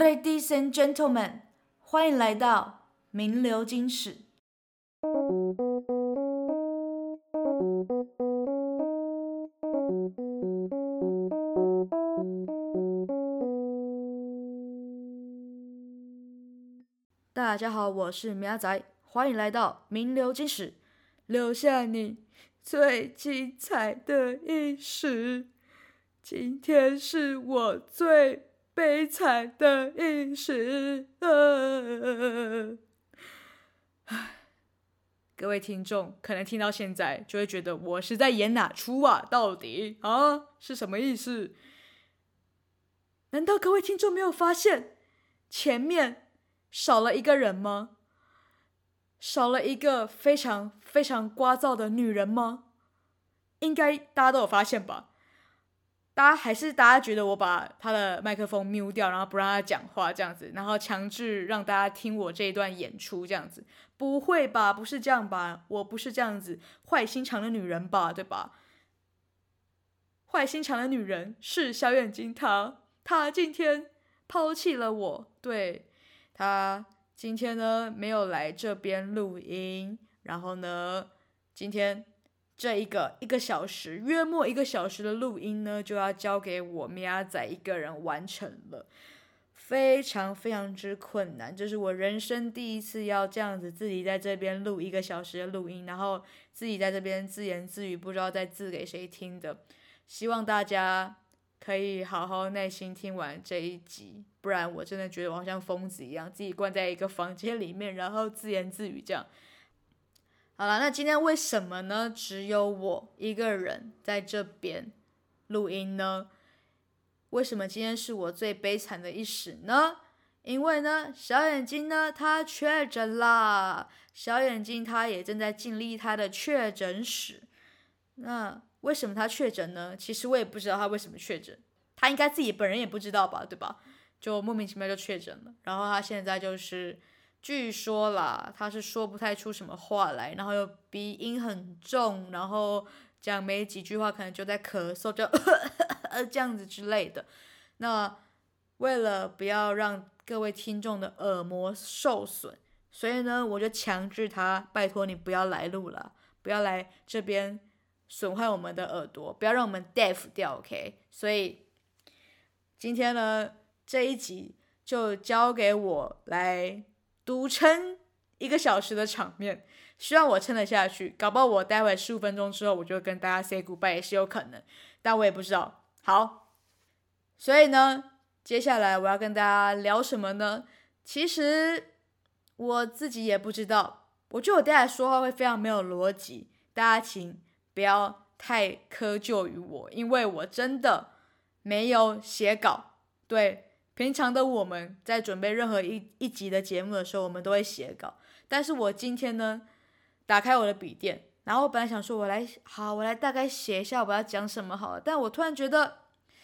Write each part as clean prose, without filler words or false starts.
Ladies and gentlemen， 欢迎来到名流金史。大家好，我是苗仔，欢迎来到名流金史，留下你最精彩的一时。今天是我最悲惨的一时。各位听众可能听到现在就会觉得我是在演哪出啊？到底是什么意思？难道各位听众没有发现前面少了一个人吗？少了一个非常非常聒噪的女人吗？应该大家都有发现吧？大家觉得我把他的麦克风 mute 掉，然后不让他讲话这样子，然后强制让大家听我这一段演出这样子？不会吧？不是这样吧？我不是这样子坏心肠的女人吧？对吧？坏心肠的女人是小眼睛她今天抛弃了我，对，她今天呢没有来这边录音，然后呢今天这一个小时，约莫1个小时的录音呢，就要交给我喵仔一个人完成了，非常非常之困难。这是我人生第一次要这样子自己在这边录1个小时的录音，然后自己在这边自言自语，不知道在自给谁听的。希望大家可以好好耐心听完这一集，不然我真的觉得我好像疯子一样，自己关在一个房间里面，然后自言自语这样。好了，那今天为什么呢？只有我一个人在这边录音呢？为什么今天是我最悲惨的一时呢？因为呢，小眼睛呢，他确诊啦。小眼睛他也正在经历他的确诊史。那为什么他确诊呢？其实我也不知道他为什么确诊，他应该自己本人也不知道吧，对吧？就莫名其妙就确诊了，然后他现在就是据说啦，他是说不太出什么话来，然后又鼻音很重，然后讲没几句话可能就在咳嗽，就这样子之类的。那为了不要让各位听众的耳膜受损，所以呢我就强制他，拜托你不要来录了，不要来这边损坏我们的耳朵，不要让我们 deaf 掉 OK。 所以今天呢这一集就交给我来独撑1个小时的场面，希望我撑得下去，搞不好我待会15分钟之后我就跟大家 say goodbye 也是有可能，但我也不知道。好，所以呢接下来我要跟大家聊什么呢？其实我自己也不知道，我觉得我待会说话会非常没有逻辑，大家请不要太苛究于我，因为我真的没有写稿。对，平常的我们在准备任何一集的节目的时候，我们都会写稿。但是我今天呢，打开我的笔电，然后我本来想说我来大概写一下我要讲什么好了，但我突然觉得，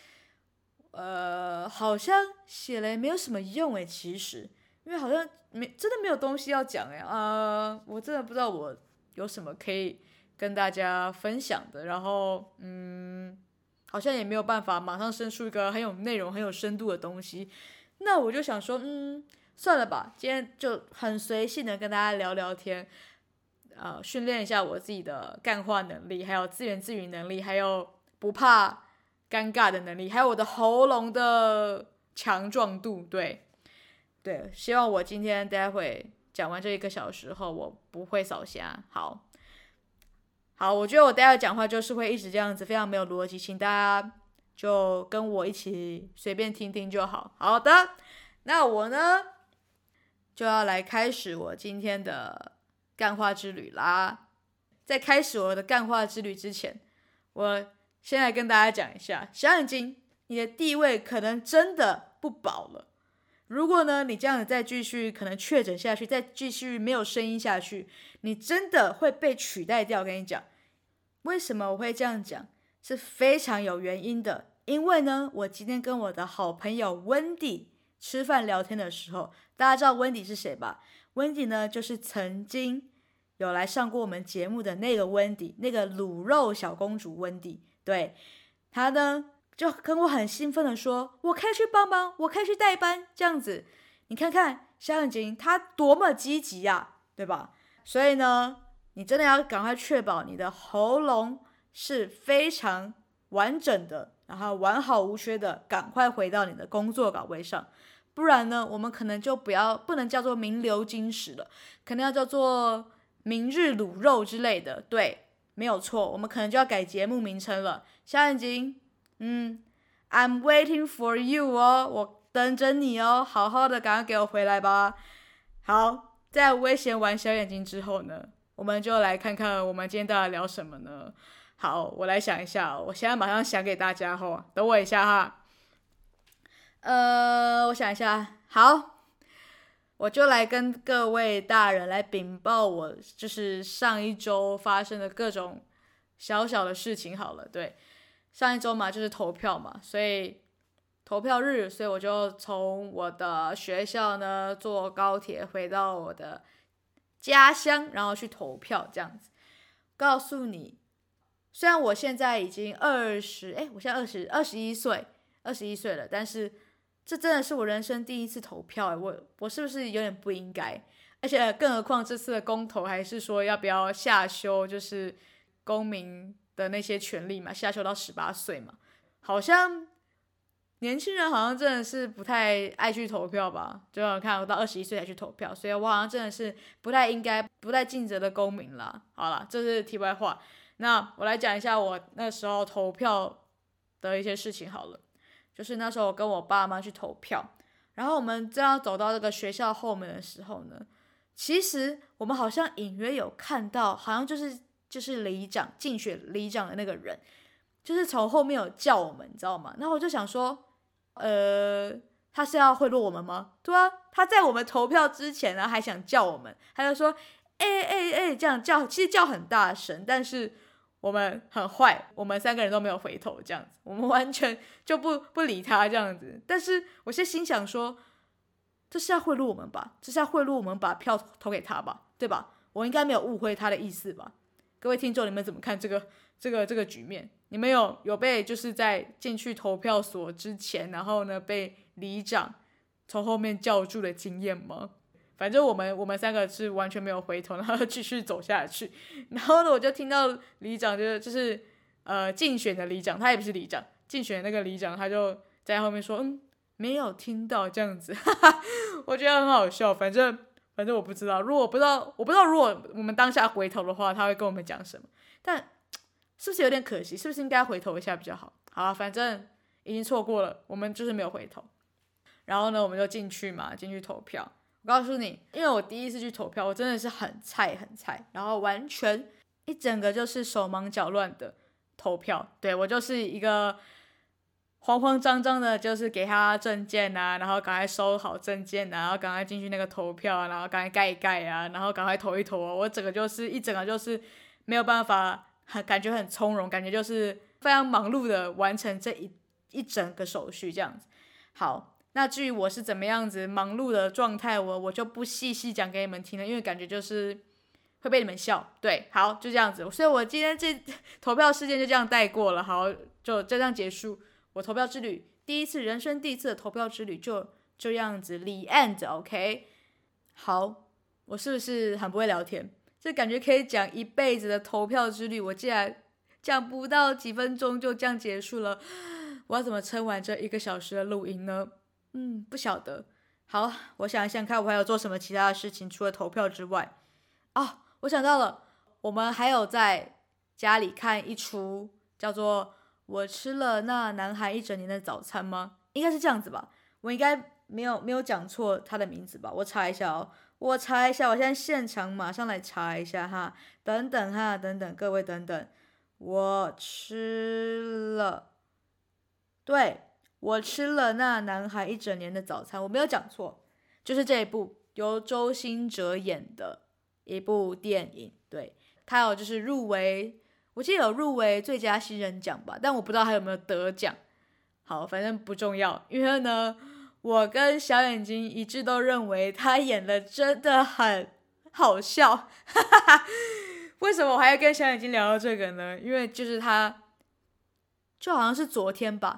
好像写了也没有什么用诶，其实，因为好像真的没有东西要讲诶，我真的不知道我有什么可以跟大家分享的，然后好像也没有办法马上生出一个很有内容很有深度的东西。那我就想说算了吧，今天就很随性的跟大家聊聊天，训练一下我自己的干话能力，还有自言自语能力，还有不怕尴尬的能力，还有我的喉咙的强壮度。对，希望我今天待会讲完这1个小时后我不会扫瞎。好，我觉得我待会讲话就是会一直这样子，非常没有逻辑，请大家就跟我一起随便听听就好。好的，那我呢就要来开始我今天的干话之旅啦。在开始我的干话之旅之前，我先来跟大家讲一下，小眼睛，你的地位可能真的不保了。如果呢你这样子再继续可能确诊下去，再继续没有声音下去，你真的会被取代掉。我跟你讲，为什么我会这样讲，是非常有原因的。因为呢我今天跟我的好朋友 Wendy 吃饭聊天的时候，大家知道 Wendy 是谁吧？ Wendy 呢就是曾经有来上过我们节目的那个 Wendy， 那个卤肉小公主 Wendy。对，她呢就跟我很兴奋的说，我可以去帮忙，我可以去代班，这样子。你看看小眼睛他多么积极啊，对吧？所以呢，你真的要赶快确保你的喉咙是非常完整的，然后完好无缺的，赶快回到你的工作岗位上。不然呢，我们可能就不能叫做名流金石了，可能要叫做明日卤肉之类的。对，没有错，我们可能就要改节目名称了。小眼睛，I'm waiting for you 哦，我等着你哦，好好的赶快给我回来吧。好，在威胁完小眼睛之后呢，我们就来看看我们今天到底聊什么呢？好，我来想一下，我现在马上想给大家吼，等我一下哈。我想一下，好，我就来跟各位大人来禀报我就是上一周发生的各种小小的事情好了。对，上一周嘛就是投票嘛，所以投票日，所以我就从我的学校呢坐高铁回到我的家乡，然后去投票这样子。告诉你，虽然我现在已经我现在21岁了，但是这真的是我人生第一次投票，我是不是有点不应该？而且更何况这次的公投还是说要不要下修，就是公民的那些权利嘛，下修到18岁嘛，好像年轻人好像真的是不太爱去投票吧？就我看我到21岁才去投票，所以我好像真的是不太应该、不太尽责的公民啦。好啦，这是题外话。那我来讲一下我那时候投票的一些事情好了。就是那时候我跟我爸妈去投票，然后我们正要走到这个学校后面的时候呢，其实我们好像隐约有看到，好像就是里长竞选里长的那个人，就是从后面有叫我们，你知道吗？然后我就想说，他是要贿赂我们吗？对啊，他在我们投票之前呢，还想叫我们，他就说，这样叫，其实叫很大声，但是我们很坏，我们3个人都没有回头，这样子，我们完全就不理他这样子。但是我现在心想说，这是要贿赂我们吧？这是要贿赂我们把票投给他吧？对吧？我应该没有误会他的意思吧？各位听众，你们怎么看这个局面？你们有被就是在进去投票所之前，然后呢被里长从后面叫住的经验吗？反正我们3个是完全没有回头，然后继续走下去。然后呢，我就听到里长就是竞选的里长，他也不是里长，竞选的那个里长，他就在后面说，没有听到这样子，我觉得很好笑。反正我不知道，我不知道如果我们当下回头的话，他会跟我们讲什么。但是不是有点可惜？是不是应该回头一下比较好？好啊，反正已经错过了，我们就是没有回头。然后呢，我们就进去投票。我告诉你，因为我第一次去投票，我真的是很菜，然后完全一整个就是手忙脚乱的投票。对，我就是一个慌慌张张的，就是给他证件啊，然后赶快收好证件啊，然后赶快进去那个投票啊，然后赶快盖一盖啊，然后赶快投一投啊。我整个就是没有办法，感觉很从容，感觉就是非常忙碌的完成这一整个手续这样子。好。那至于我是怎么样子忙碌的状态，我就不细讲给你们听了，因为感觉就是会被你们笑。对，好，就这样子。所以我今天这投票事件就这样带过了，好，就这样结束我投票之旅，人生第一次的投票之旅就这样子 the end。OK， 好，我是不是很不会聊天？这感觉可以讲一辈子的投票之旅，我竟然讲不到几分钟就这样结束了，我要怎么撑完这1个小时的录音呢？不晓得。好，我想一想看，我还有做什么其他的事情，除了投票之外。我想到了，我们还有在家里看一出叫做《我吃了那男孩一整年的早餐》吗？应该是这样子吧，我应该没有讲错他的名字吧？我查一下哦，我现在现场马上来查一下哈，等等，各位等等，我吃了那男孩一整年的早餐，我没有讲错，就是这一部由周兴哲演的一部电影。对，他有就是我记得有入围最佳新人奖吧，但我不知道他有没有得奖。好，反正不重要，因为呢，我跟小眼睛一致都认为他演的真的很好笑。为什么我还要跟小眼睛聊到这个呢？因为就是他就好像是昨天吧，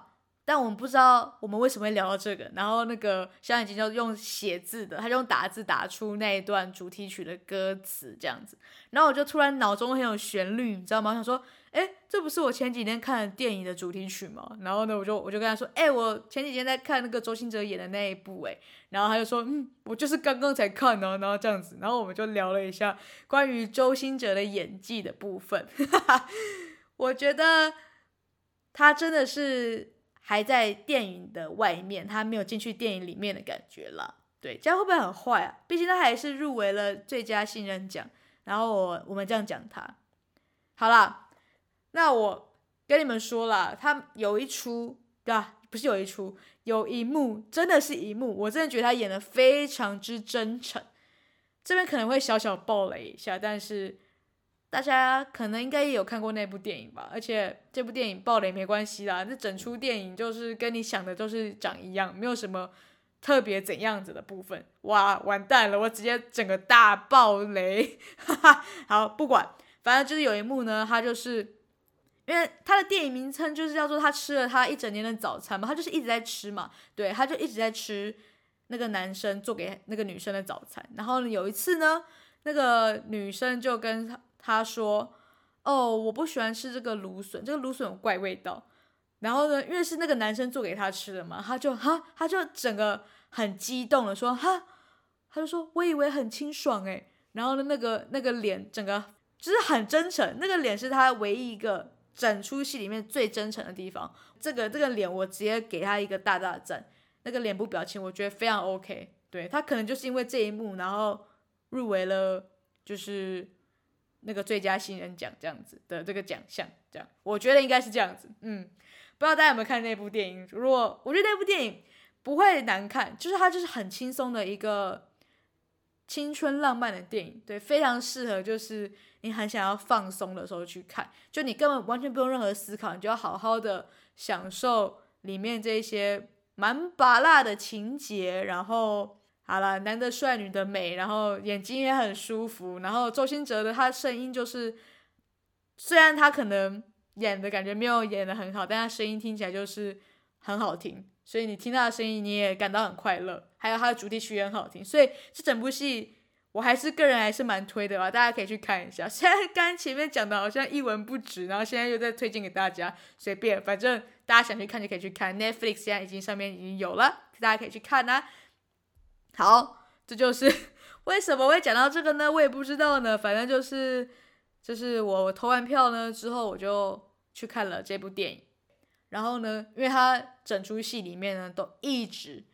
但我们不知道我们为什么会聊到这个，然后那个小眼睛就用写字的，他就用打字打出那一段主题曲的歌词这样子，然后我就突然脑中很有旋律，你知道吗？我想说，这不是我前几天看的电影的主题曲吗？然后呢，我就跟他说，我前几天在看那个周兴哲演的那一部，然后他就说，我就是刚刚才看呢，然后这样子，然后我们就聊了一下关于周兴哲的演技的部分，我觉得他真的是还在电影的外面，他没有进去电影里面的感觉啦。对，这样会不会很坏啊？毕竟他还是入围了最佳新人奖，然后我们这样讲他。好啦，那我跟你们说啦，他有一出，对吧？不是有一出，有一幕真的是一幕，我真的觉得他演得非常之真诚。这边可能会小小爆雷一下，但是大家可能应该也有看过那部电影吧，而且这部电影爆雷没关系啦，那整出电影就是跟你想的都是长一样，没有什么特别怎样子的部分。哇，完蛋了，我直接整个大爆雷，哈哈。好，不管，反正就是有一幕呢，他就是因为他的电影名称就是叫做他吃了他一整年的早餐嘛，他就是一直在吃嘛，对，他就一直在吃那个男生做给那个女生的早餐。然后有一次呢，那个女生就跟他说，我不喜欢吃这个芦笋，这个芦笋有怪味道。然后呢，因为是那个男生做给他吃的嘛，他就整个很激动的说，他就说我以为很清爽然后呢，那个脸整个就是很真诚，那个脸是他唯一一个整出戏里面最真诚的地方。这个脸我直接给他一个大大的赞，那个脸部表情我觉得非常 OK。对，他可能就是因为这一幕，然后入围了就是那个最佳新人奖这样子的这个奖项，这样我觉得应该是这样子。不知道大家有没有看那部电影？如果我觉得那部电影不会难看，就是它就是很轻松的一个青春浪漫的电影，对，非常适合就是你很想要放松的时候去看，就你根本完全不用任何思考，你就要好好的享受里面这些蛮拔辣的情节，然后好了，男的帅女的美，然后眼睛也很舒服，然后周兴哲的他声音就是虽然他可能演的感觉没有演的很好，但他声音听起来就是很好听，所以你听他的声音你也感到很快乐，还有他的主题曲也很好听，所以这整部戏我个人还是蛮推的吧，大家可以去看一下。现在刚前面讲的好像一文不值，然后现在又在推荐给大家，随便，反正大家想去看就可以去看。Netflix 现在上面已经有了，大家可以去看啊。好，这就是为什么会讲到这个呢？我也不知道呢，反正就是我投完票呢之后，我就去看了这部电影。然后呢，因为他整出戏里面呢都一直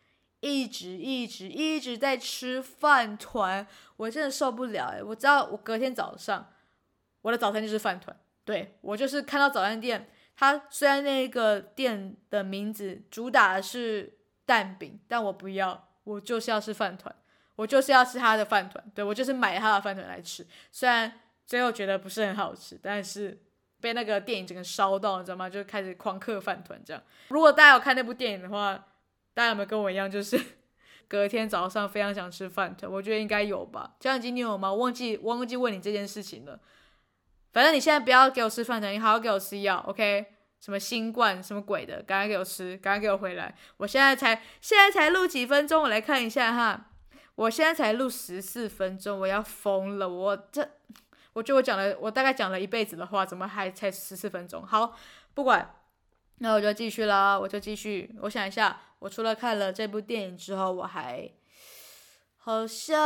在吃饭团，我真的受不了我知道我隔天早上我的早餐就是饭团，对，我就是看到早餐店，它虽然那个店的名字主打的是蛋饼，但我不要，我就是要吃饭团，我就是要吃他的饭团，对，我就是买他的饭团来吃，虽然最后觉得不是很好吃，但是被那个电影整个烧到，你知道吗？就开始狂嗑饭团这样。如果大家有看那部电影的话，大家有没有跟我一样，就是隔天早上非常想吃饭团？我觉得应该有吧。这样你有吗？我忘记问你这件事情了。反正你现在不要给我吃饭团，你好好给我吃药 ，OK？ 什么新冠什么鬼的，赶快给我吃，赶快给我回来。我现在才录几分钟，我来看一下哈。我现在才录14分钟，我要疯了。我觉得我大概讲了一辈子的话，怎么还才14分钟？好，不管，那我就继续啦，我想一下，我除了看了这部电影之后，我还好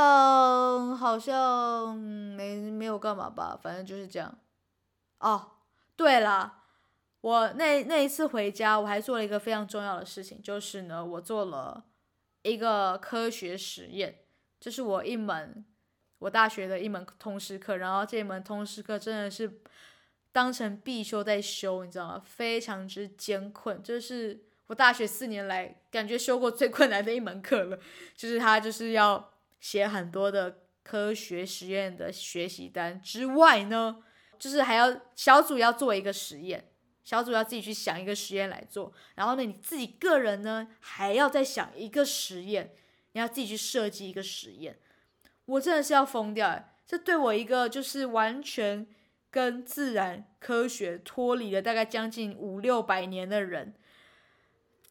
像没有干嘛吧，反正就是这样。哦，对啦，我那一次回家，我还做了一个非常重要的事情，就是呢，我做了一个科学实验，这是我大学的一门通识课，然后这门通识课真的是当成必修在修，你知道吗？非常之艰困，就是我大学4年来感觉修过最困难的一门课了，就是它就是要写很多的科学实验的学习单之外呢，就是还要小组要做一个实验，小组要自己去想一个实验来做，然后呢你自己个人呢还要再想一个实验，你要自己去设计一个实验。我真的是要疯掉这对我一个就是完全跟自然科学脱离了大概将近500-600年的人，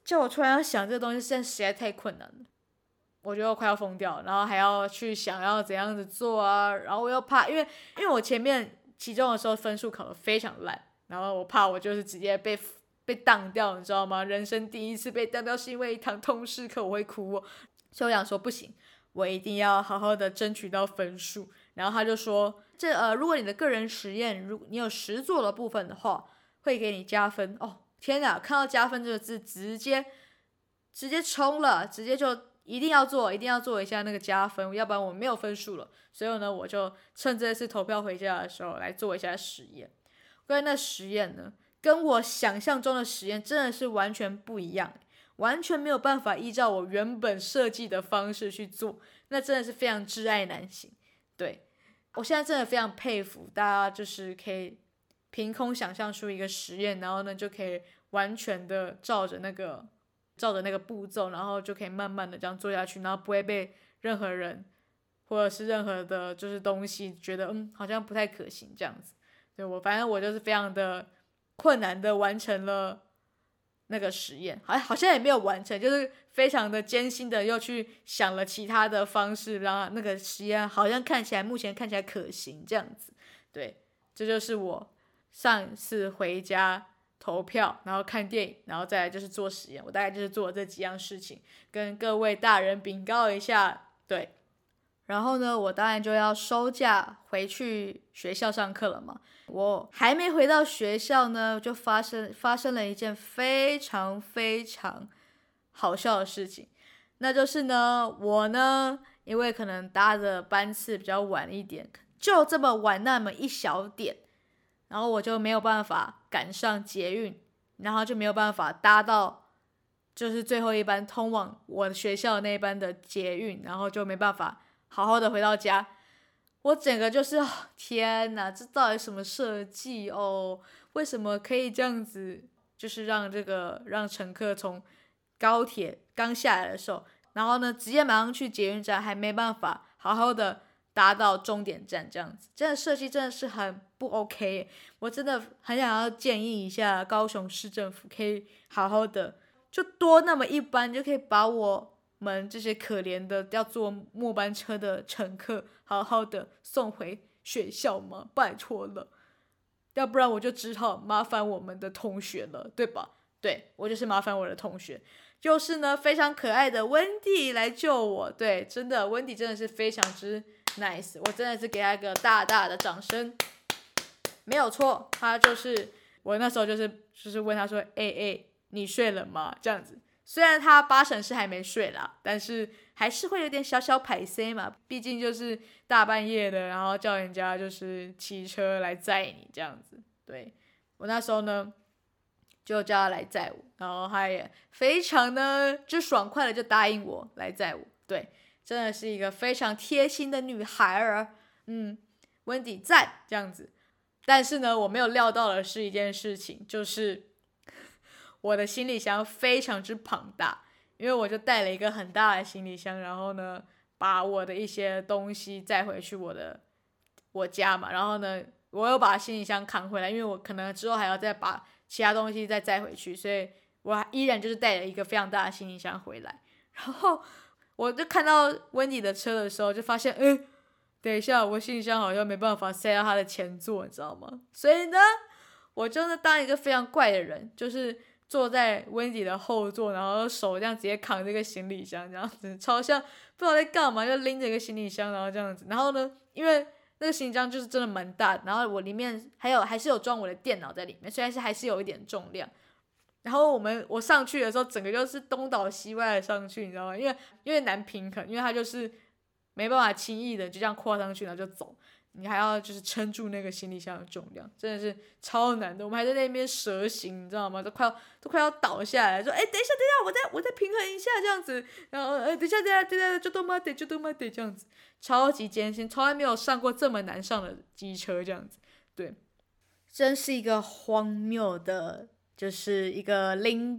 叫我突然要想这个东西，实在太困难了，我觉得我快要疯掉了，然后还要去想要怎样子做啊，然后我又怕，因为我前面期中的时候分数考得非常烂，然后我怕我就是直接被当掉，你知道吗？人生第一次被当掉是因为一堂通识课，我会哭哦。所以我想说不行，我一定要好好的争取到分数。然后他就说，如果你的个人实验，如果你有实作的部分的话，会给你加分。哦，天哪！看到加分这个字，直接冲了，直接就一定要做一下那个加分，要不然我没有分数了。所以呢，我就趁这次投票回家的时候来做一下实验。关于那实验呢，跟我想象中的实验真的是完全不一样，完全没有办法依照我原本设计的方式去做，那真的是非常挚爱难行。对，我现在真的非常佩服大家，就是可以凭空想象出一个实验，然后呢就可以完全的照着那个步骤，然后就可以慢慢的这样做下去，然后不会被任何人或者是任何的就是东西觉得好像不太可行这样子。对，反正我就是非常的困难的完成了那个实验，好像也没有完成，就是非常的艰辛的又去想了其他的方式，让那个实验好像目前看起来可行这样子。对，这就是我上一次回家投票，然后看电影，然后再来就是做实验，我大概就是做了这几样事情，跟各位大人禀告一下。对，然后呢，我当然就要收假回去学校上课了嘛。我还没回到学校呢，就发生了一件非常非常好笑的事情，那就是呢，我呢，因为可能搭的班次比较晚一点，就这么晚那么一小点，然后我就没有办法赶上捷运，然后就没有办法搭到就是最后一班通往我学校那一班的捷运，然后就没办法好好的回到家。我整个就是天哪，这到底什么设计哦？为什么可以这样子？就是让乘客从高铁刚下来的时候，然后呢直接马上去捷运站，还没办法好好的搭到终点站，这样子，这样的设计真的是很不 OK。我真的很想要建议一下高雄市政府，可以好好的就多那么一班，就可以把我们这些可怜的要坐末班车的乘客好好的送回学校吗？拜托了，要不然我就只好麻烦我们的同学了，对吧？对，我就是麻烦我的同学，就是呢非常可爱的温蒂来救我。对，真的温蒂真的是非常之 nice， 我真的是给他一个大大的掌声。没有错，他就是我那时候就是问他说你睡了吗？这样子，虽然他八成是还没睡啦，但是还是会有点小小排塞嘛，毕竟就是大半夜的，然后叫人家就是骑车来载你这样子。对，我那时候呢就叫他来载我，然后他也非常的就爽快的就答应我来载我。对，真的是一个非常贴心的女孩儿。温迪赞这样子。但是呢，我没有料到的是一件事情，就是我的行李箱非常之庞大，因为我就带了一个很大的行李箱，然后呢，把我的一些东西载回去我家嘛，然后呢，我又把行李箱扛回来，因为我可能之后还要再把其他东西再载回去，所以我依然就是带了一个非常大的行李箱回来。然后我就看到温迪的车的时候，就发现，等一下，我行李箱好像没办法塞到他的前座，你知道吗？所以呢，我就是当一个非常怪的人，就是坐在温迪的后座，然后手这样直接扛这个行李箱，这样子超像不知道在干嘛，就拎着一个行李箱，然后这样子。然后呢，因为那个行李箱就是真的蛮大，然后我里面还是有装我的电脑在里面，虽然是还是有一点重量。然后我上去的时候，整个就是东倒西歪的上去，你知道吗？因为难平衡，因为它就是没办法轻易的就这样跨上去，然后就走。你还要就是撑住那个行李箱的重量，真的是超难的。我们还在那边蛇行，你知道吗？都快要倒下来，说等一下，我再平衡一下这样子。然后等一下，就都妈得这样子，超级艰辛，从来没有上过这么难上的机车这样子。对，真是一个荒谬的。就是一个拎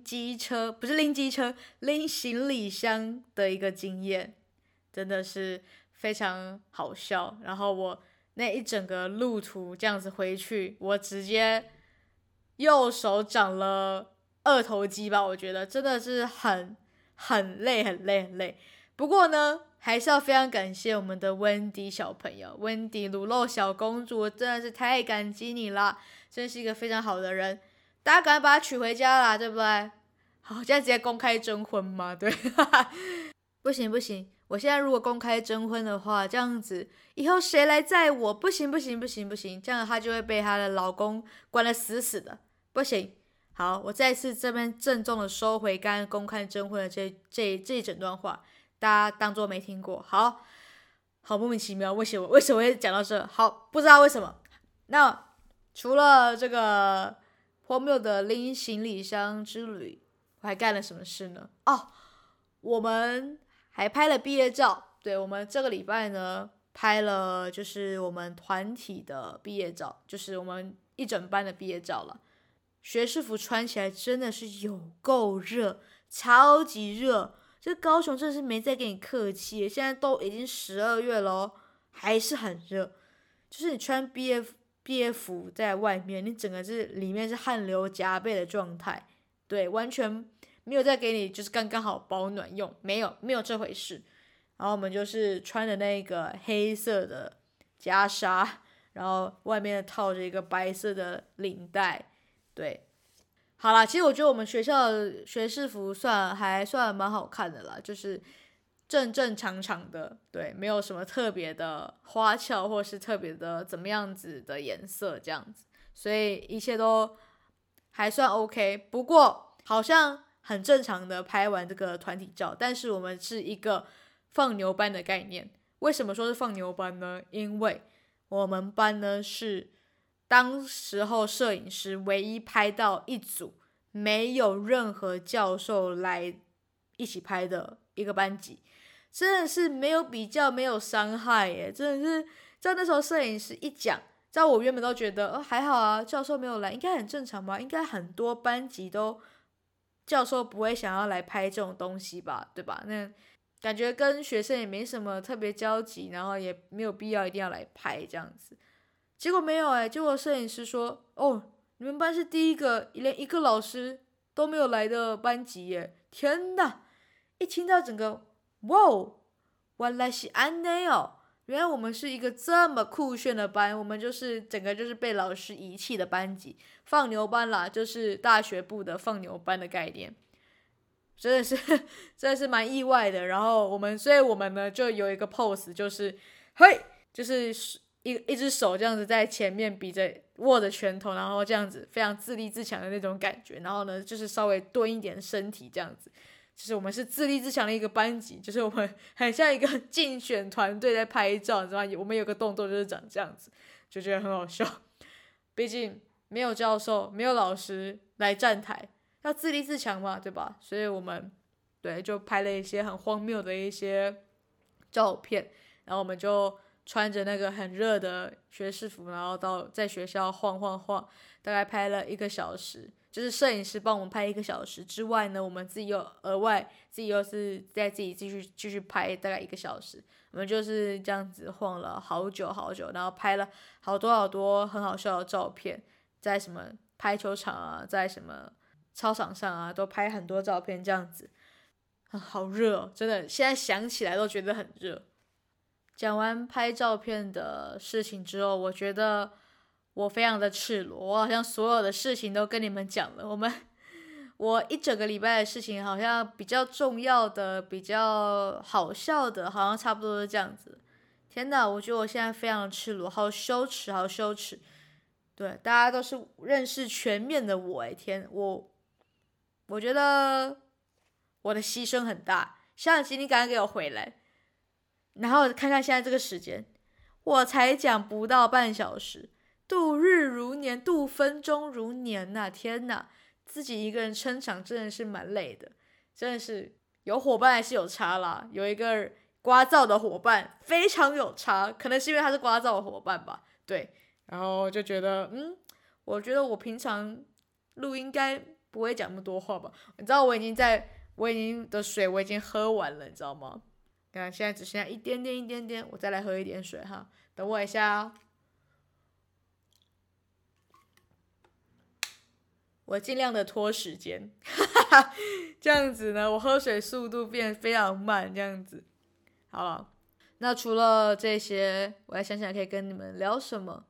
行李箱的一个经验，真的是非常好笑。然后我那一整个路途这样子回去，我直接右手长了二头肌吧，我觉得真的是很累很累很累。不过呢，还是要非常感谢我们的温迪小朋友，温迪卤肉小公主，真的是太感激你啦，真是一个非常好的人，大家赶快把她娶回家啦，对不对？好，现在直接公开征婚吗？对，不行不行，我现在如果公开征婚的话，这样子以后谁来载我？不行不行不行不行，这样她就会被她的老公关得死死的，不行。好，我再次这边郑重的收回刚刚公开征婚的这一整段话，大家当做没听过。好，好莫名其妙，为什么会讲到这？好，不知道为什么。那除了这个荒谬的拎行李箱之旅，我还干了什么事呢？哦，我们还拍了毕业照。对，我们这个礼拜呢拍了就是我们团体的毕业照，就是我们一整班的毕业照了。学士服穿起来真的是有够热，超级热。这高雄真的是没再跟你客气，现在都已经12月了，还是很热。就是你穿毕业服在外面，你整个是里面是汗流浃背的状态，对，完全没有再给你就是刚刚好保暖用，没有这回事。然后我们就是穿的那个黑色的袈裟，然后外面套着一个白色的领带。对，好啦，其实我觉得我们学校的学士服还算蛮好看的啦，就是正常的，对，没有什么特别的花俏或是特别的怎么样子的颜色这样子，所以一切都还算 OK。不过好像很正常的拍完这个团体照，但是我们是一个放牛班的概念。为什么说是放牛班呢？因为我们班呢是当时候摄影师唯一拍到一组没有任何教授来一起拍的一个班级，真的是没有比较没有伤害耶，真的是在那时候摄影师一讲，在我原本都觉得还好啊，教授没有来应该很正常吧，应该很多班级都教授不会想要来拍这种东西吧，对吧？那感觉跟学生也没什么特别交集，然后也没有必要一定要来拍这样子。结果没有结果摄影师说，你们班是第一个连一个老师都没有来的班级耶！天哪！一听到整个，哇，原来是安内哦！原来我们是一个这么酷炫的班，我们就是整个就是被老师遗弃的班级，放牛班啦，就是大学部的放牛班的概念，真的是真的是蛮意外的。然后所以我们呢就有一个 pose， 就是嘿，就是一只手这样子在前面比着握着拳头，然后这样子非常自立自强的那种感觉，然后呢就是稍微蹲一点身体这样子，就是我们是自立自强的一个班级，就是我们很像一个竞选团队在拍照，你知道吗？我们有个动作就是长这样子，就觉得很好笑。毕竟没有教授没有老师来站台，要自立自强嘛，对吧？所以我们对就拍了一些很荒谬的一些照片，然后我们就穿着那个很热的学士服，然后在学校晃晃晃，大概拍了1个小时。就是摄影师帮我们拍1个小时之外呢，我们自己又额外自己又是在自己继续拍大概1个小时。我们就是这样子晃了好久好久，然后拍了好多很好笑的照片，在什么排球场啊，在什么操场上啊，都拍很多照片这样子。好热哦，真的，现在想起来都觉得很热。讲完拍照片的事情之后，我觉得我非常的赤裸，我好像所有的事情都跟你们讲了。我一整个礼拜的事情，好像比较重要的、比较好笑的，好像差不多是这样子。天哪，我觉得我现在非常的赤裸，好羞耻，好羞耻。对，大家都是认识全面的我，天，我觉得我的牺牲很大。上期你赶快给我回来，然后看看现在这个时间，我才讲不到半小时，度日如年，度分钟如年呐！天哪，自己一个人撑场真的是蛮累的，真的是有伙伴还是有差啦，有一个聒噪的伙伴非常有差，可能是因为他是聒噪的伙伴吧，对，然后就觉得我觉得我平常录应该不会讲那么多话吧，你知道我已经的水我已经喝完了，你知道吗？看现在只剩下一点点，我再来喝一点水哈，等我一下我尽量的拖时间这样子呢我喝水速度变得非常慢这样子。好了，那除了这些，我来想想可以跟你们聊什么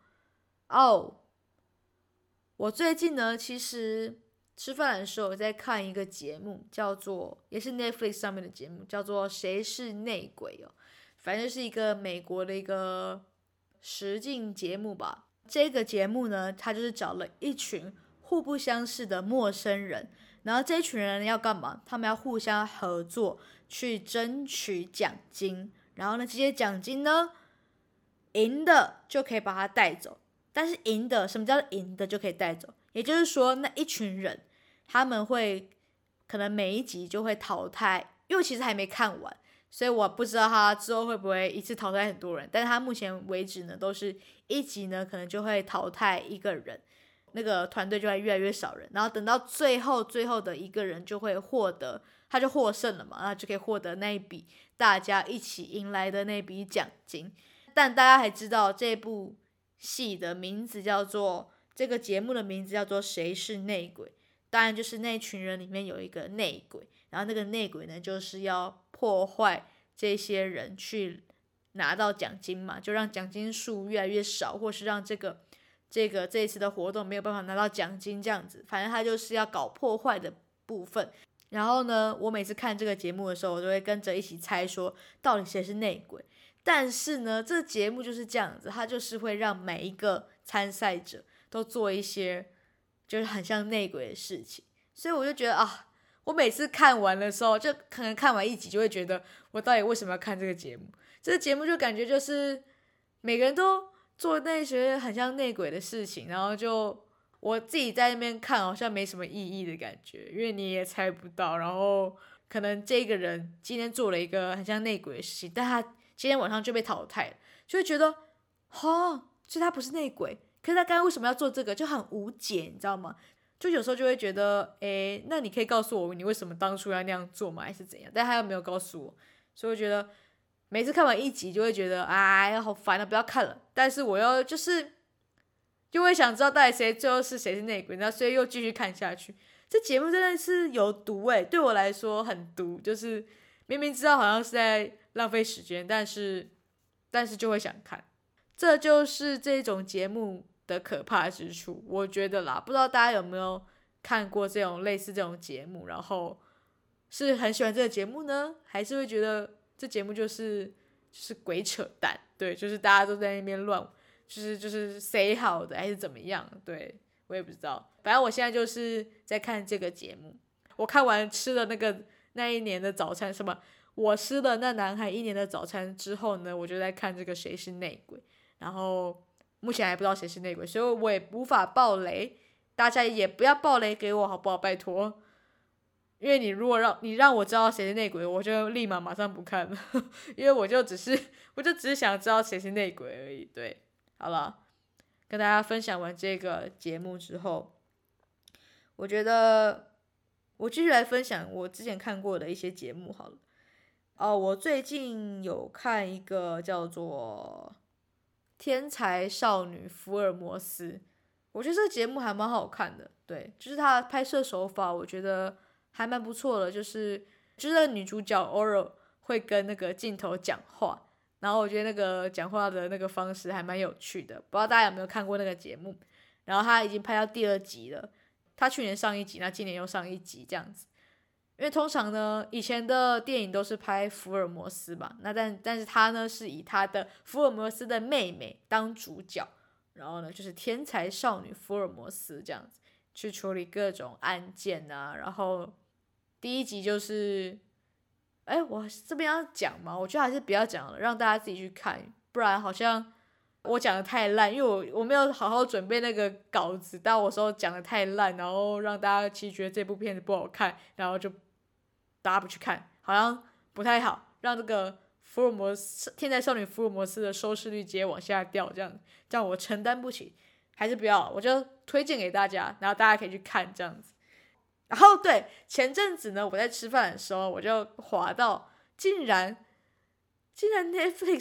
我最近呢其实吃饭的时候我在看一个节目，叫做也是 Netflix 上面的节目，叫做谁是内鬼反正就是一个美国的一个实境节目吧。这个节目呢，他就是找了一群互不相识的陌生人，然后这一群人要干嘛？他们要互相合作去争取奖金，然后呢，这些奖金呢，赢的就可以把它带走。但是赢的，什么叫做赢的就可以带走？也就是说，那一群人他们会可能每一集就会淘汰，因为我其实还没看完，所以我不知道他之后会不会一次淘汰很多人。但是他目前为止呢，都是一集呢可能就会淘汰一个人，那个团队就会越来越少人，然后等到最后的一个人就会获得，他就获胜了嘛，然后就可以获得那一笔大家一起迎来的那笔奖金。但大家还知道这部戏的名字叫做，这个节目的名字叫做谁是内鬼，当然就是那群人里面有一个内鬼，然后那个内鬼呢就是要破坏这些人去拿到奖金嘛，就让奖金数越来越少，或是让这一次的活动没有办法拿到奖金这样子，反正他就是要搞破坏的部分。然后呢，我每次看这个节目的时候，我就会跟着一起猜说到底谁是内鬼。但是呢，这个节目就是这样子，它就是会让每一个参赛者都做一些就是很像内鬼的事情，所以我就觉得我每次看完的时候，就可能看完一集就会觉得我到底为什么要看这个节目？这个节目就感觉就是每个人都做那些很像内鬼的事情，然后就我自己在那边看好像没什么意义的感觉，因为你也猜不到，然后可能这个人今天做了一个很像内鬼的事情，但他今天晚上就被淘汰了，就会觉得所以他不是内鬼，可是他刚刚为什么要做这个，就很无解，你知道吗？就有时候就会觉得那你可以告诉我你为什么当初要那样做吗，还是怎样？但他又没有告诉我，所以我觉得每次看完一集就会觉得好烦啊，不要看了。但是我又就会想知道到底谁最后是谁是内鬼，然后所以又继续看下去。这节目真的是有毒对我来说很毒，就是明明知道好像是在浪费时间，但是就会想看，这就是这种节目的可怕之处，我觉得啦。不知道大家有没有看过这种类似这种节目，然后是很喜欢这个节目呢，还是会觉得这节目就是鬼扯淡？对，就是大家都在那边乱，就是谁好的还是怎么样？对，我也不知道。反正我现在就是在看这个节目。我看完吃了那一年的早餐，什么我吃了那男孩1年的早餐之后呢，我就在看这个谁是内鬼，然后目前还不知道谁是内鬼，所以我也无法爆雷，大家也不要爆雷给我好不好？拜托，因为你如果让我知道谁是内鬼，我就立马马上不看了因为我就只是想知道谁是内鬼而已。对，好了，跟大家分享完这个节目之后，我觉得我继续来分享我之前看过的一些节目好了。我最近有看一个叫做天才少女福尔摩斯，我觉得这个节目还蛮好看的。对，就是它的拍摄手法我觉得还蛮不错的，就是那女主角偶尔会跟那个镜头讲话，然后我觉得那个讲话的那个方式还蛮有趣的，不知道大家有没有看过那个节目。然后他已经拍到第2集了，他去年上1集，那今年又上1集这样子。因为通常呢，以前的电影都是拍福尔摩斯嘛，那但是他呢是以他的福尔摩斯的妹妹当主角，然后呢就是天才少女福尔摩斯这样子去处理各种案件啊。然后第1集就是我这边要讲吗？我觉得还是不要讲了，让大家自己去看，不然好像我讲的太烂，因为我没有好好准备那个稿子，但我说讲的太烂，然后让大家其实觉得这部片子不好看，然后就大家不去看，好像不太好，让这个天才少女福尔摩斯的收视率直接往下掉，这样我承担不起，还是不要，我就推荐给大家，然后大家可以去看这样子。然后对，前阵子呢，我在吃饭的时候，我就滑到竟然 Netflix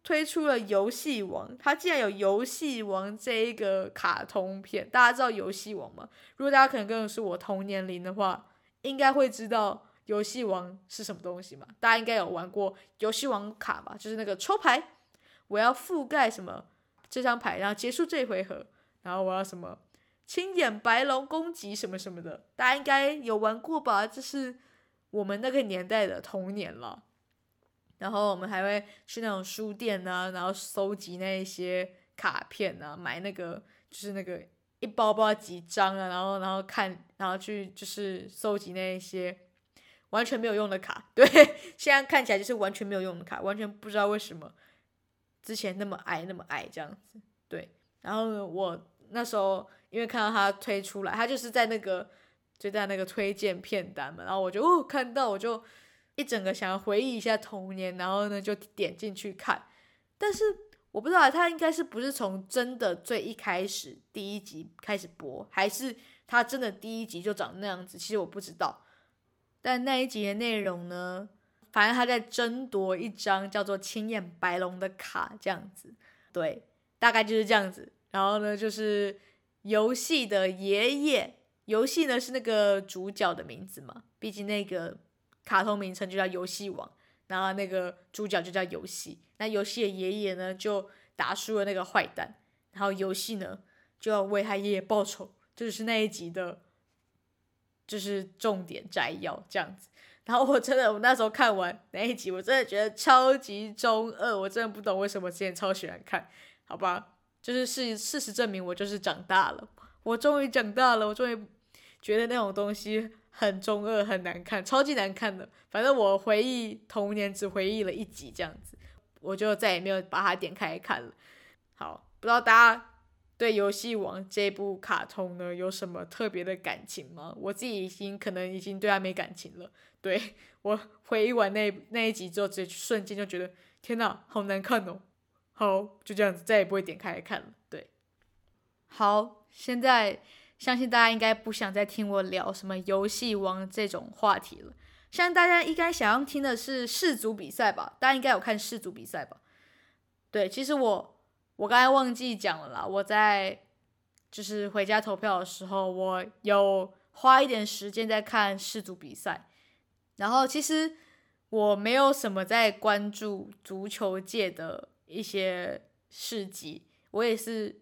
推出了游戏王，它竟然有游戏王这一个卡通片。大家知道游戏王吗？如果大家可能跟的是我同年龄的话，应该会知道游戏王是什么东西嘛。大家应该有玩过游戏王卡吧，就是那个抽牌，我要覆盖什么这张牌，然后结束这一回合，然后我要什么青眼白龙攻击什么什么的，大家应该有玩过吧？这是我们那个年代的童年了。然后我们还会去那种书店啊，然后收集那一些卡片啊，买那个就是那个一包包几张啊，然后看，然后去就是收集那一些完全没有用的卡。对，现在看起来就是完全没有用的卡，完全不知道为什么之前那么爱这样子。对，然后呢，我那时候因为看到它推出来，它就是在那个推荐片单嘛，然后我就看到，我就一整个想要回忆一下童年，然后呢就点进去看。但是我不知道它应该是不是从真的最一开始第一集开始播，还是它真的第一集就长那样子，其实我不知道。但那一集的内容呢，反正他在争夺一张叫做青眼白龙的卡这样子。对，大概就是这样子。然后呢就是游戏的爷爷，游戏呢是那个主角的名字嘛，毕竟那个卡通名称就叫游戏王，然后那个主角就叫游戏。那游戏的爷爷呢就打输了那个坏蛋，然后游戏呢就要为他爷爷报仇，这就是那一集的就是重点摘要这样子。然后我那时候看完那一集，我真的觉得超级中二，我真的不懂为什么之前超喜欢看。好吧，就是事实证明我就是长大了，我终于长大了，我终于觉得那种东西很中二很难看，超级难看的。反正我回忆童年只回忆了一集这样子，我就再也没有把它点开来看了。好，不知道大家对游戏王这部卡通呢有什么特别的感情吗？我自己可能已经对他没感情了。对，我回忆完那一集之后，直接瞬间就觉得天哪，好难看哦。好，就这样子，再也不会点开来看了。对，好，现在相信大家应该不想再听我聊什么游戏王这种话题了。相信大家应该想要听的是世足比赛吧？大家应该有看世足比赛吧？对，其实我刚才忘记讲了啦，我在就是回家投票的时候，我有花一点时间在看世足比赛。然后其实我没有什么在关注足球界的一些事迹，我也是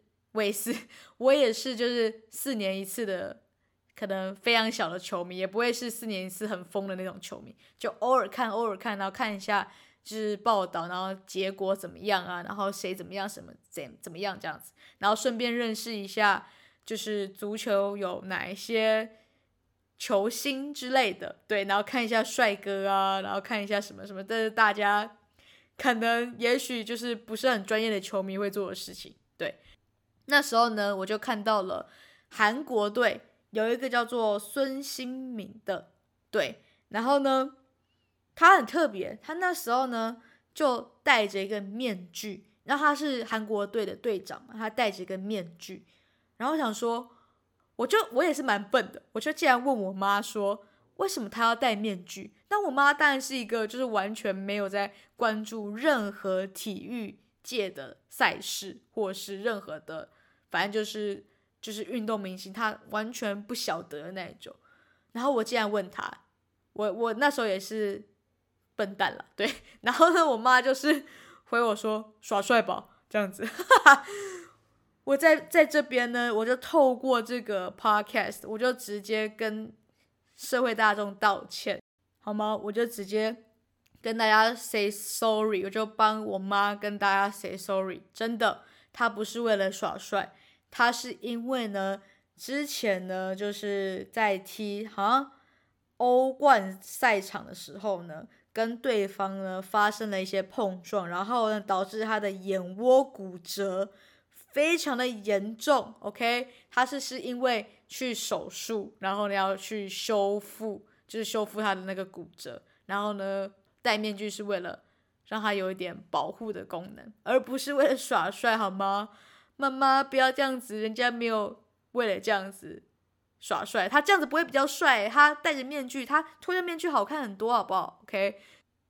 就是4年一次的可能非常小的球迷，也不会是4年一次很疯的那种球迷，就偶尔看，然后看一下就是报道，然后结果怎么样啊，然后谁怎么样，什么怎么样这样子，然后顺便认识一下就是足球有哪一些球星之类的。对，然后看一下帅哥啊，然后看一下什么什么，这是大家可能也许就是不是很专业的球迷会做的事情。对，那时候呢我就看到了韩国队有一个叫做孙兴敏的，对，然后呢他很特别，他那时候呢就戴着一个面具，然后他是韩国队的队长嘛，他戴着一个面具。然后我想说，我也是蛮笨的，我就竟然问我妈说为什么他要戴面具。那我妈当然是一个就是完全没有在关注任何体育界的赛事，或是任何的反正就是运动明星，她完全不晓得的那一种。然后我竟然问她，我那时候也是笨蛋了，对。然后呢我妈就是回我说耍帅吧这样子。我在这边呢，我就透过这个 podcast， 我就直接跟社会大众道歉，好吗？我就直接跟大家 say sorry， 我就帮我妈跟大家 say sorry。真的，她不是为了耍帅，她是因为呢，之前呢就是在踢好像欧冠赛场的时候呢，跟对方呢发生了一些碰撞，然后呢导致她的眼窝骨折。非常的严重 ，OK， 他是因为去手术，然后呢要去修复，就是修复他的那个骨折，然后呢戴面具是为了让他有一点保护的功能，而不是为了耍帅，好吗？妈妈不要这样子，人家没有为了这样子耍帅，他这样子不会比较帅，他戴着面具，他脱掉面具好看很多，好不好 ？OK，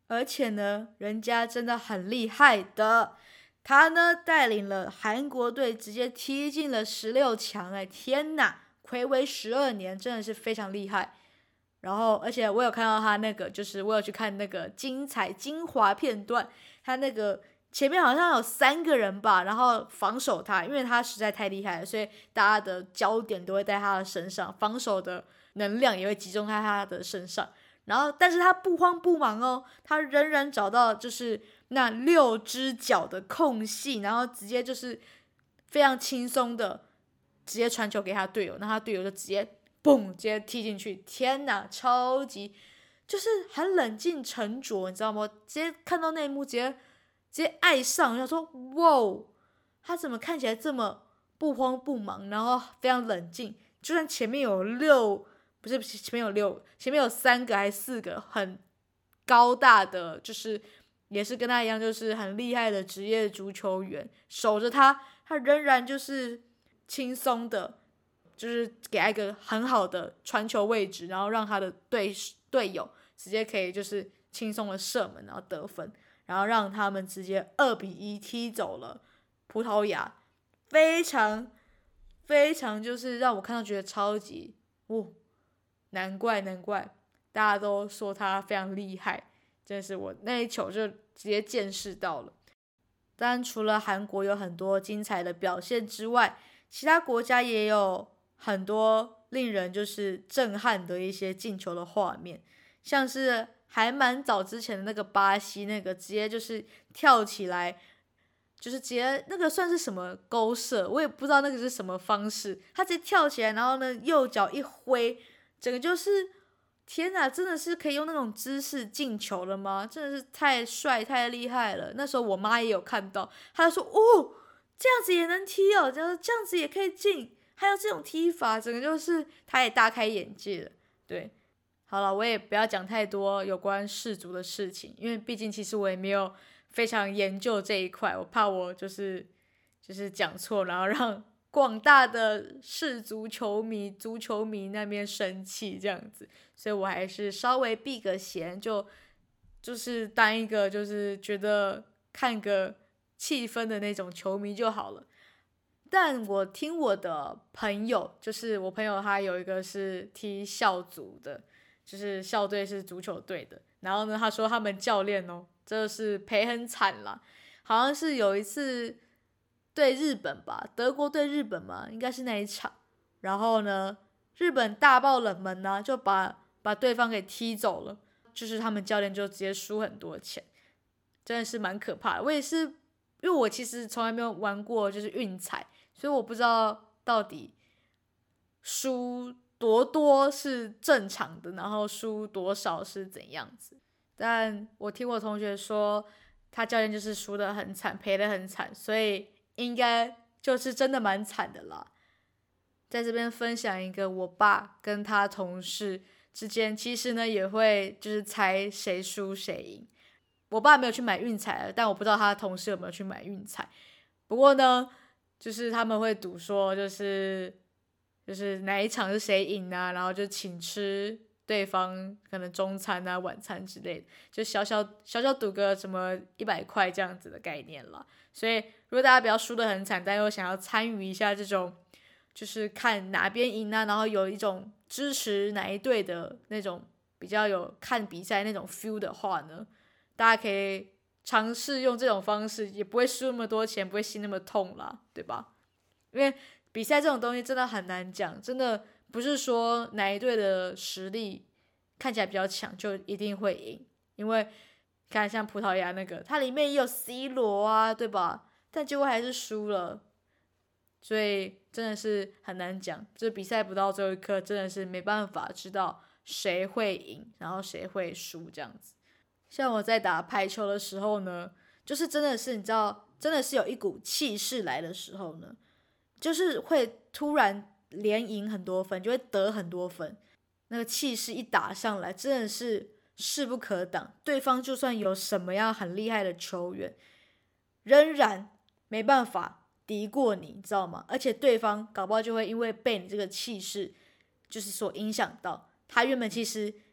而且呢，人家真的很厉害的，他呢带领了韩国队直接踢进了16强，天哪，睽违12年，真的是非常厉害。然后，而且我有看到他那个，就是我有去看那个精彩精华片段，他那个前面好像有3个人吧，然后防守他，因为他实在太厉害了，所以大家的焦点都会在他的身上，防守的能量也会集中在他的身上。然后，但是他不慌不忙哦，他仍然找到就是那6只脚的空隙，然后直接就是非常轻松的直接传球给他队友，那他队友就直接嘣直接踢进去，天哪，超级就是很冷静沉着，你知道吗？直接看到那一幕，直接爱上，想说哇，他怎么看起来这么不慌不忙，然后非常冷静，就算前面有不是前面有前面有3个还是4个很高大的，就是也是跟他一样，就是很厉害的职业足球员守着他，他仍然就是轻松的，就是给他一个很好的传球位置，然后让他的队友直接可以就是轻松的射门，然后得分，然后让他们直接2-1踢走了葡萄牙，非常非常就是让我看到觉得超级难怪大家都说他非常厉害，真的是我那一球就直接见识到了。当然除了韩国有很多精彩的表现之外，其他国家也有很多令人就是震撼的一些进球的画面，像是还蛮早之前的那个巴西那个直接就是跳起来，就是直接那个算是什么勾射，我也不知道那个是什么方式，他直接跳起来，然后呢右脚一挥，整个就是天哪，真的是可以用那种姿势进球了吗？真的是太帅太厉害了。那时候我妈也有看到，她就说这样子也能踢哦，这样子也可以进，还有这种踢法，整个就是她也大开眼界了。对，好了，我也不要讲太多有关世足的事情，因为毕竟其实我也没有非常研究这一块，我怕我就是讲错，然后让广大的世足足球迷那边生气这样子，所以我还是稍微避个嫌，就是当一个就是觉得看个气氛的那种球迷就好了。但我听我的朋友，就是我朋友他有一个是踢校足的，就是校队是足球队的，然后呢他说他们教练真的是赔很惨啦，好像是有一次对日本吧，德国对日本嘛，应该是那一场，然后呢日本大爆冷门啊，就把对方给踢走了，就是他们教练就直接输很多钱，真的是蛮可怕的。我也是，因为我其实从来没有玩过就是运彩，所以我不知道到底输多多是正常的，然后输多少是怎样子。但我听我同学说，他教练就是输得很惨，赔得很惨，所以应该就是真的蛮惨的啦。在这边分享一个我爸跟他同事之间，其实呢也会就是猜谁输谁赢。我爸没有去买运彩，但我不知道他的同事有没有去买运彩。不过呢，就是他们会赌说，就是哪一场是谁赢啊，然后就请吃对方可能中餐啊、晚餐之类的，就小小赌个什么100块这样子的概念啦。所以如果大家不要输得很惨，但又想要参与一下这种，就是看哪边赢啊，然后有一种支持哪一队的那种比较有看比赛那种 feel 的话呢，大家可以尝试用这种方式，也不会输那么多钱，不会心那么痛啦，对吧？因为比赛这种东西真的很难讲，真的不是说哪一队的实力看起来比较强就一定会赢，因为看像葡萄牙那个，它里面也有 C 罗啊，对吧？但结果还是输了，所以真的是很难讲。这比赛不到最后一刻，真的是没办法知道谁会赢，然后谁会输这样子。像我在打排球的时候呢，就是真的是你知道，真的是有一股气势来的时候呢，就是会突然连赢很多分，就会得很多分。那个气势一打上来，真的是势不可挡。对方就算有什么样很厉害的球员，仍然没办法敌过你，知道吗？而且对方搞不好就会因为被你这个气势就是所影响到，他原本其实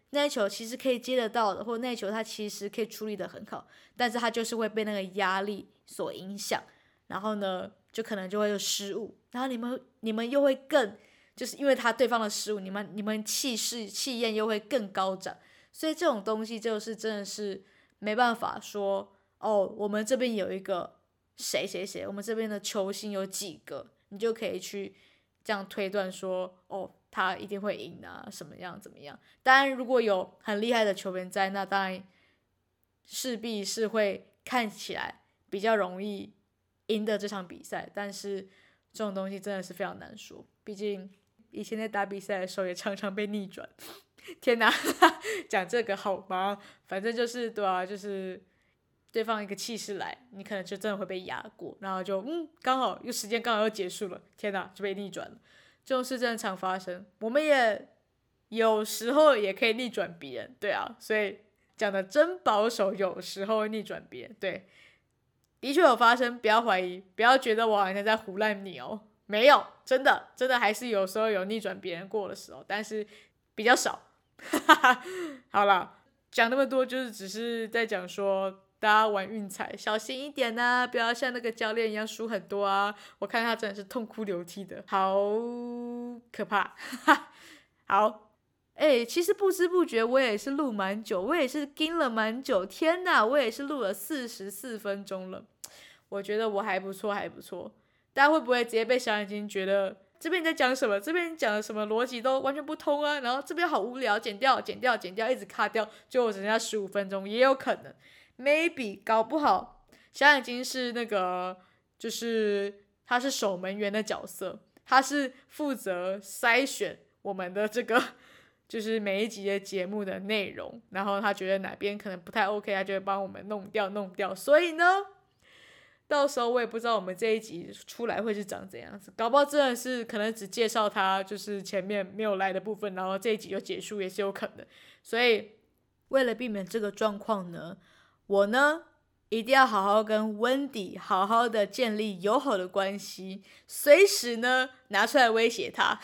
那一球其实可以接得到的，或那一球他其实可以处理得很好，但是他就是会被那个压力所影响，然后呢就可能就会有失误，然后你们又会更就是因为对方的失误，你们气焰又会更高涨，所以这种东西就是真的是没办法说哦，我们这边有一个谁谁谁，我们这边的球星有几个，你就可以去这样推断说哦，他一定会赢啊，什么样怎么样。当然如果有很厉害的球员在，那当然势必是会看起来比较容易赢得这场比赛，但是这种东西真的是非常难说，毕竟以前在打比赛的时候也常常被逆转。天哪，讲这个好吗？反正就是对啊，就是对方一个气势来，你可能就真的会被压过，然后就刚好时间刚好又结束了，天哪，就被逆转了。这种事真的常发生，我们也有时候也可以逆转别人，对啊，所以讲的真保守，有时候会逆转别人，对，的确有发生，不要怀疑，不要觉得我好像在胡乱你哦，没有，真的还是有时候有逆转别人过的时候，但是比较少。好啦，讲那么多就是只是在讲说大家玩运彩小心一点啊，不要像那个教练一样输很多啊，我看他真的是痛哭流涕的，好可怕。好，其实不知不觉我也是录蛮久，我也是盯了蛮久，天哪，我也是录了44分钟了，我觉得我还不错还不错。大家会不会直接被小眼睛觉得这边你在讲什么，这边讲的什么逻辑都完全不通啊，然后这边好无聊，剪掉，一直卡掉，就我只剩下15分钟，也有可能 maybe 搞不好小眼睛是那个就是他是守门员的角色，他是负责筛选我们的这个就是每一集的节目的内容，然后他觉得哪边可能不太 OK， 他就会帮我们弄掉，所以呢到时候我也不知道我们这一集出来会是长怎样子，搞不好真的是可能只介绍他就是前面没有来的部分，然后这一集就结束也是有可能。所以为了避免这个状况呢，我呢一定要好好跟温迪好好的建立友好的关系，随时呢拿出来威胁他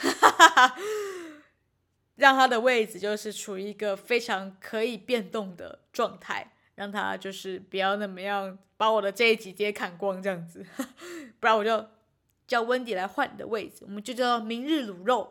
让他的位置就是处于一个非常可以变动的状态，让他就是不要那么样把我的这一集直接砍光这样子不然我就叫温迪来换你的位置，我们就叫明日卤肉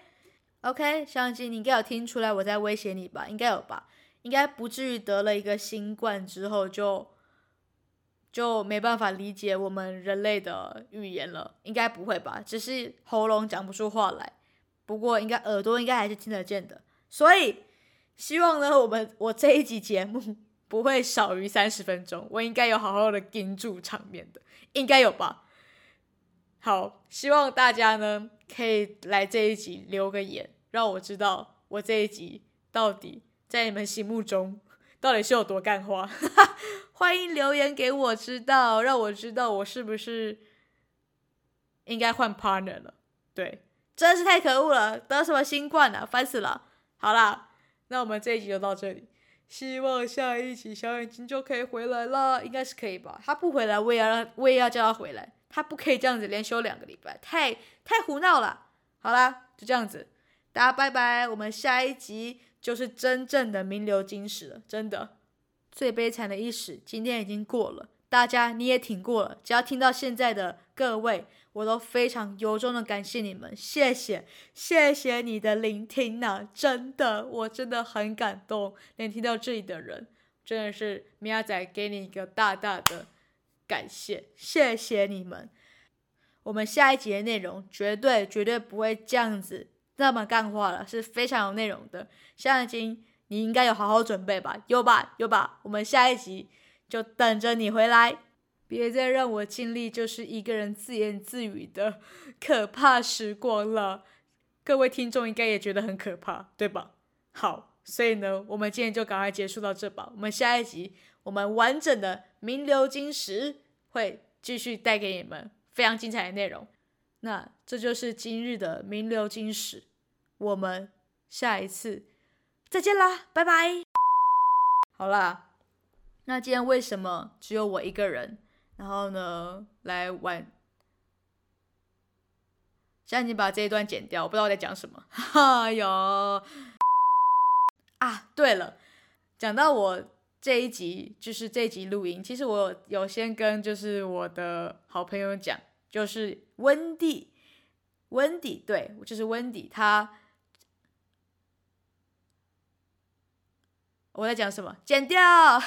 OK， 相信你应该有听出来我在威胁你吧，应该有吧，应该不至于得了一个新冠之后就没办法理解我们人类的语言了，应该不会吧，只是喉咙讲不出话来，不过应该耳朵应该还是听得见的，所以希望呢我这一集节目不会少于30分钟，我应该有好好的盯住场面的，应该有吧。好，希望大家呢可以来这一集留个言，让我知道我这一集到底在你们心目中到底是有多干话欢迎留言给我知道，让我知道我是不是应该换 partner 了。对，真的是太可恶了，得什么新冠啊，烦死了。好啦，那我们这一集就到这里，希望下一集小眼睛就可以回来啦，应该是可以吧，他不回来我也要叫他回来，他不可以这样子连休2个礼拜，太胡闹了。好啦，就这样子，大家拜拜，我们下一集就是真正的名流金史了，真的最悲惨的一史今天已经过了，大家你也挺过了，只要听到现在的各位我都非常由衷的感谢你们，谢谢你的聆听啊，真的我真的很感动，连听到这里的人真的是米亚仔给你一个大大的感谢，谢谢你们。我们下一集的内容绝对不会这样子那么干话了，是非常有内容的，小眼睛你应该有好好准备吧，有吧，我们下一集就等着你回来，别再让我经历就是一个人自言自语的可怕时光了，各位听众应该也觉得很可怕，对吧？好，所以呢我们今天就赶快结束到这吧，我们下一集我们完整的名流金石会继续带给你们非常精彩的内容，那这就是今日的名流金石，我们下一次再见啦，拜拜。好啦，那今天为什么只有我一个人然后呢来玩，现在已经把这一段剪掉，我不知道我在讲什么哎呦啊，对了，讲到我这一集录音，其实我有先跟就是我的好朋友讲，就是温蒂，对，就是温蒂，我在讲什么？剪掉。